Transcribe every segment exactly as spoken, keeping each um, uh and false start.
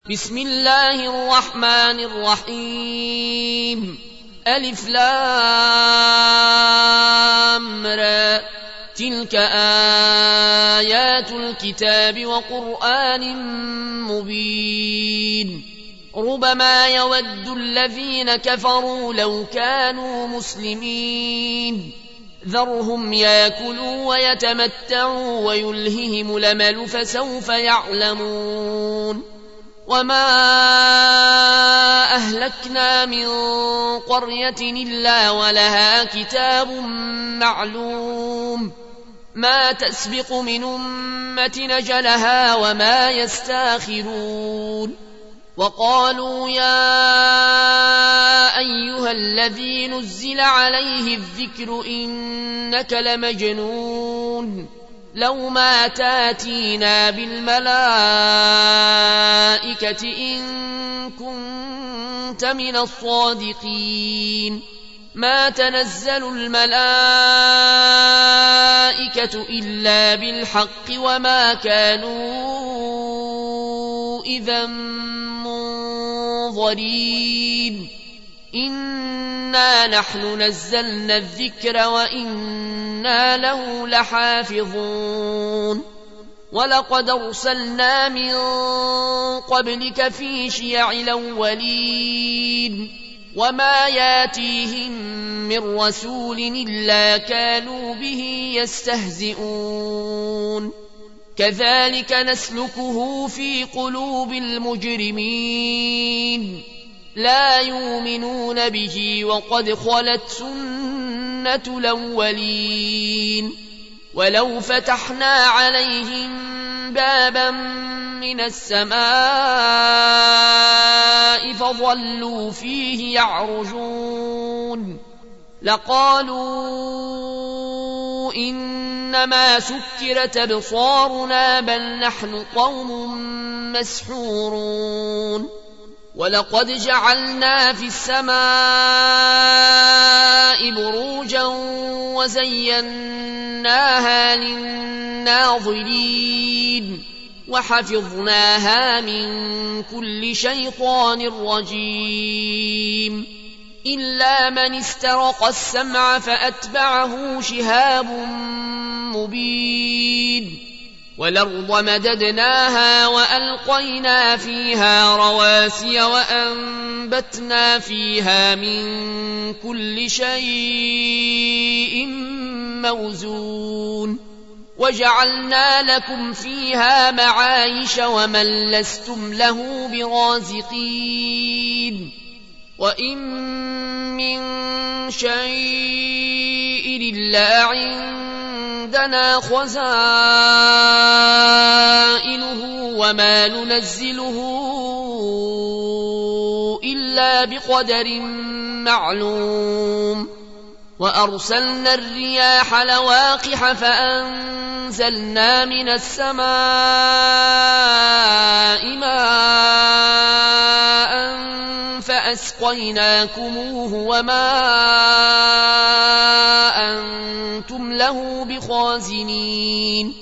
بسم الله الرحمن الرحيم ألف لام را تلك آيات الكتاب وقرآن مبين ربما يود الذين كفروا لو كانوا مسلمين ذرهم ياكلوا ويتمتعوا ويلههم الأمل فسوف يعلمون وما أهلكنا من قرية إلا ولها كتاب معلوم ما تسبق من أمة أجلها وما يستاخرون وقالوا يا أيها الذي نزل عليه الذكر إنك لمجنون لو ما تاتينا بالملائكة إن كنت من الصادقين ما تنزل الملائكة إلا بالحق وما كانوا إذا منظرين إنا نحن نزلنا الذكر وإنا له لحافظون ولقد أرسلنا من قبلك في شيع الأولين وما ياتيهم من رسول إلا كانوا به يستهزئون كذلك نسلكه في قلوب المجرمين لا يؤمنون به وقد خلت سنة الأولين ولو فتحنا عليهم بابا من السماء فظلوا فيه يعرجون لقالوا إنما سكرت أبصارنا بل نحن قوم مسحورون ولقد جعلنا في السماء بروجا وزيناها للناظرين وحفظناها من كل شيطان رجيم إلا من استرق السمع فأتبعه شهاب مبين والأرض مددناها وألقينا فيها رواسي وأنبتنا فيها من كل شيء موزون وجعلنا لكم فيها معايش ومن لستم له برازقين وإن من شيء إلا عندنا خزائنه وما ننزله إلا بقدر معلوم وأرسلنا الرياح لواقح فأنزلنا من السماء ماء فأسقيناكموه وما أنتم له بخازنين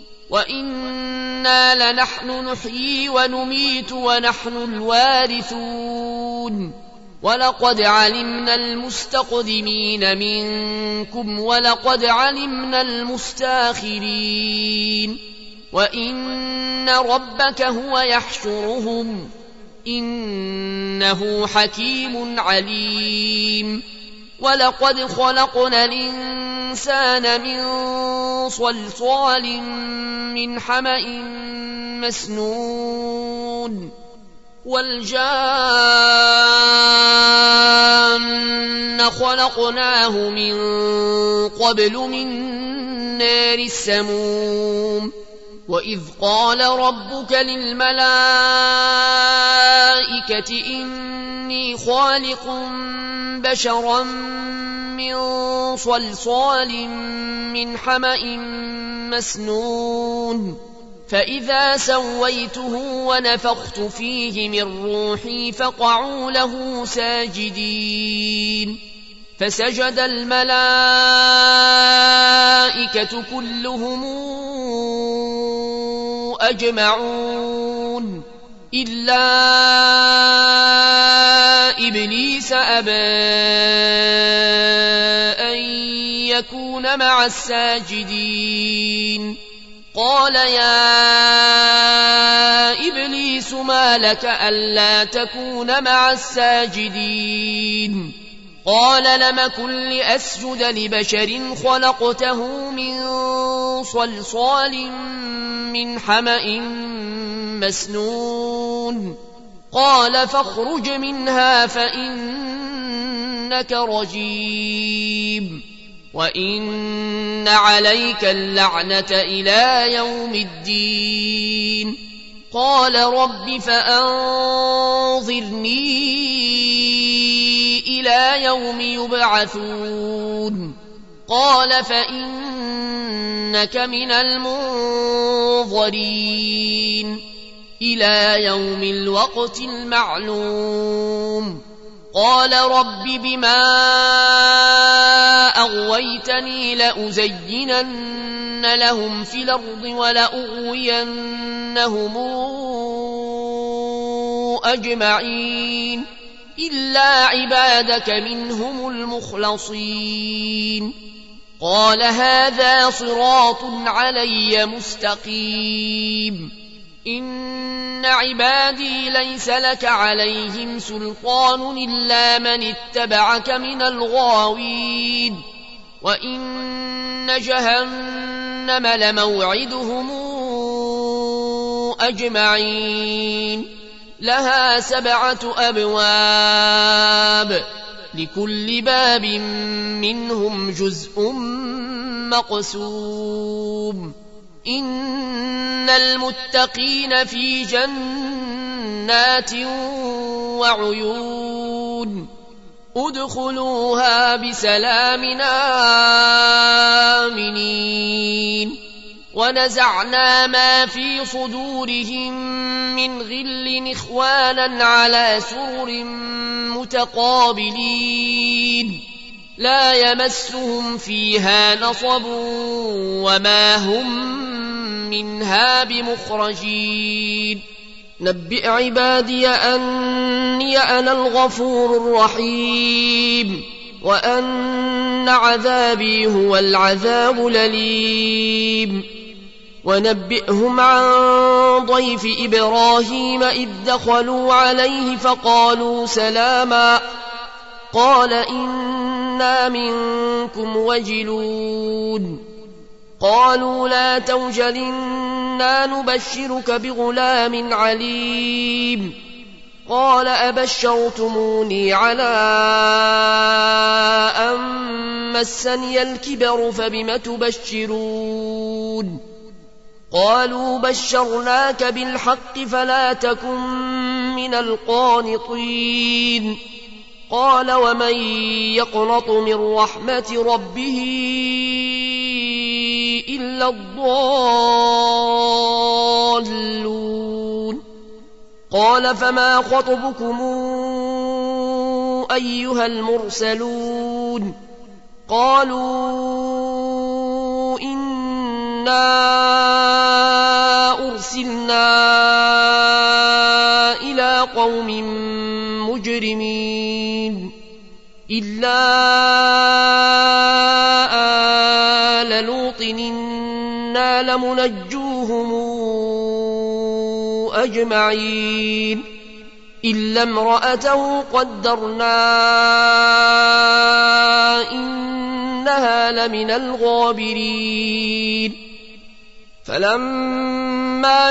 وإنا لنحن نحيي ونميت ونحن الوارثون ولقد علمنا المستقدمين منكم ولقد علمنا المستاخرين وإن ربك هو يحشرهم إنه حكيم عليم ولقد خلقنا الإنسان من صلصال من حمأ مسنون والجان خلقناه من قبل من نار السموم وإذ قال ربك للملائكة إني خالق بشرا من صلصال من حمأ مسنون فإذا سويته ونفخت فيه من روحي فقعوا له ساجدين فسجد الملائكة كلهم أجمعون إلا إبليس أبى أن يكون مع الساجدين قال يا إبليس ما لك ألا تكون مع الساجدين قال لم كن لأسجد لبشر خلقته من صلصال من حمأ مسنون قال فاخرج منها فإنك رجيم وإن عليك اللعنة إلى يوم الدين قال رب فأنظرني إلى يوم يبعثون قال فإنك من المنظرين إلى يوم الوقت المعلوم قال رب بما أغويتني لأزينن لهم في الأرض ولأغوينهم أجمعين إلا عبادك منهم المخلصين قال هذا صراط علي مستقيم إن عبادي ليس لك عليهم سلطان إلا من اتبعك من الغاوين وإن جهنم لموعدهم أجمعين لها سبعة أبواب لكل باب منهم جزء مقسوم إن المتقين في جنات وعيون ادخلوها بسلام آمنين ونزعنا ما في صدورهم من غل إخوانا على سرر متقابلين لا يمسهم فيها نصب وما هم منها بمخرجين نبئ عبادي أني أنا الغفور الرحيم وأن عذابي هو العذاب الأليم ونبئهم عن ضيف إبراهيم إذ دخلوا عليه فقالوا سلاما قال إنا منكم وجلون قالوا لا توجل إنا نبشرك بغلام عليم قال أبشرتموني على أن مسني الكبر فبم تبشرون قالوا بشرناك بالحق فلا تكن من القانطين قال ومن يقنط من رحمة ربه إلا الضالون قال فما خطبكم أيها المرسلون قالوا إنا أرسلنا إلى قوم مجرمين إلا آل لوط إنا لمنجوهم أجمعين إلا امرأته قدرنا إنها لمن الغابرين فلما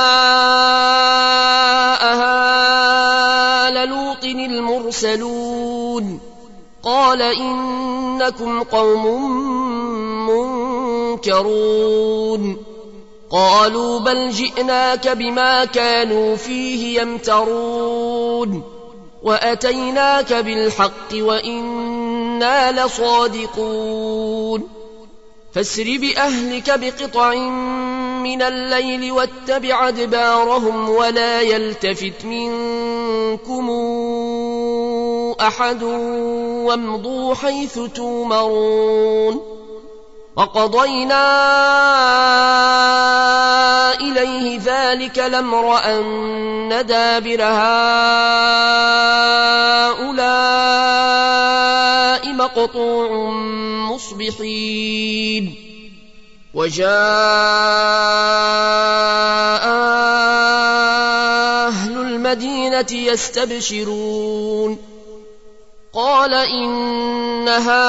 جاءها آل لوط المرسلون قال إنكم قوم منكرون قالوا بل جئناك بما كانوا فيه يمترون وأتيناك بالحق وإنا لصادقون فاسر بأهلك بقطع من الليل واتبع أدبارهم ولا يلتفت منكم أحد وامضوا حيث تومرون وقضينا إليه ذلك الأمر أن دابر هؤلاء مقطوع مصبحين وجاء أهل المدينة يستبشرون قال إن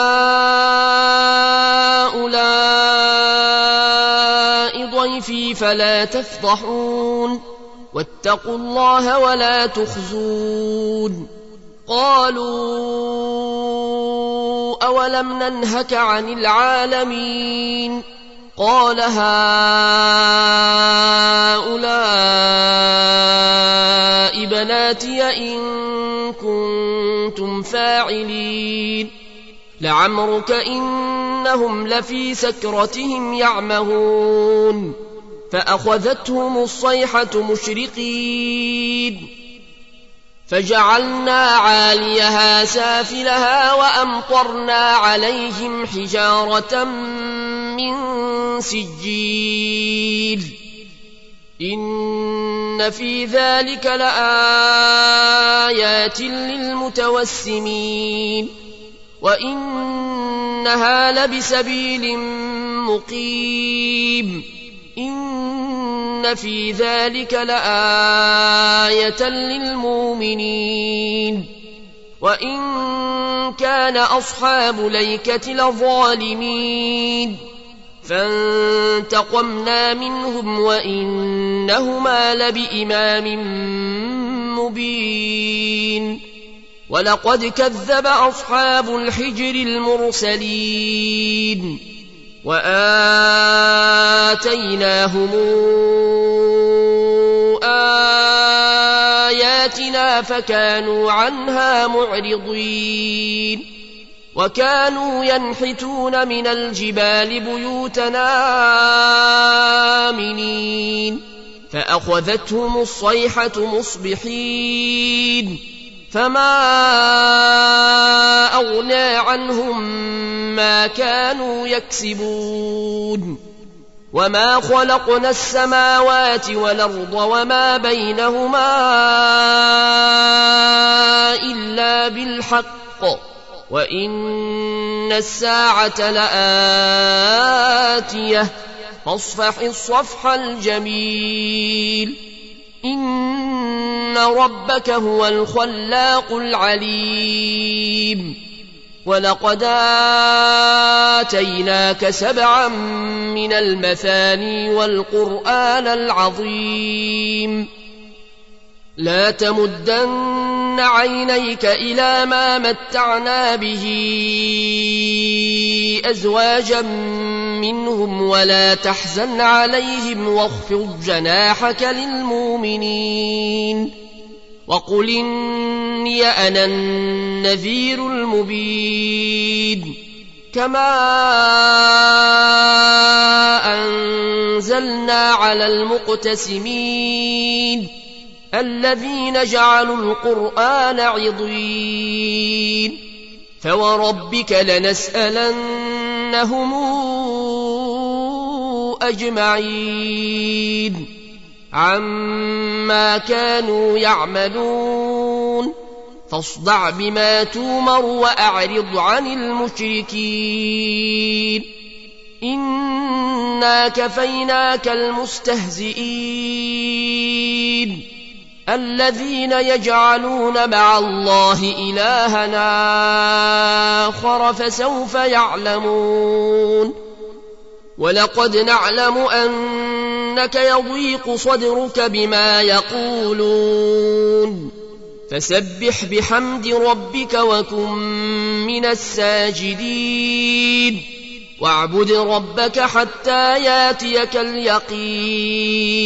هؤلاء ضيفي فلا تفضحون واتقوا الله ولا تخزون قالوا أولم ننهك عن العالمين قال هؤلاء بناتي إن كنتم فاعلين لعمرك إنهم لفي سكرتهم يعمهون فأخذتهم الصيحة مشرقين فجعلنا عاليها سافلها وأمطرنا عليهم حجارة من سجيل إن في ذلك لآيات للمتوسمين وإنها لبسبيل مقيم إن في ذلك لآية للمؤمنين وإن كان أصحاب ليكة لظالمين فانتقمنا منهم وإنهما لبإمام مبين ولقد كذب أصحاب الحجر المرسلين وآتيناهم آياتنا فكانوا عنها معرضين وكانوا ينحتون من الجبال بيوتنا آمنين فأخذتهم الصيحة مصبحين فما أغنى عنهم ما كانوا يكسبون وما خلقنا السماوات والأرض وما بينهما إلا بالحق وإن الساعة لآتية فاصفح الصفح الجميل إن ربك هو الخلاق العليم ولقد آتيناك سبعا من المثاني والقرآن العظيم لا تمدن عينيك إلى ما متعنا به أزواجا منهم ولا تحزن عليهم واخفض جناحك للمؤمنين وقل إني أنا النذير المبين كما أنزلنا على المقتسمين الذين جعلوا القرآن عضين فوربك لنسألنهم أجمعين عما كانوا يعملون فاصدع بما تومر وأعرض عن المشركين إنا كفيناك المستهزئين الذين يجعلون مع الله إلهنا آخر فسوف يعلمون ولقد نعلم أنك يضيق صدرك بما يقولون فسبح بحمد ربك وكن من الساجدين واعبد ربك حتى ياتيك اليقين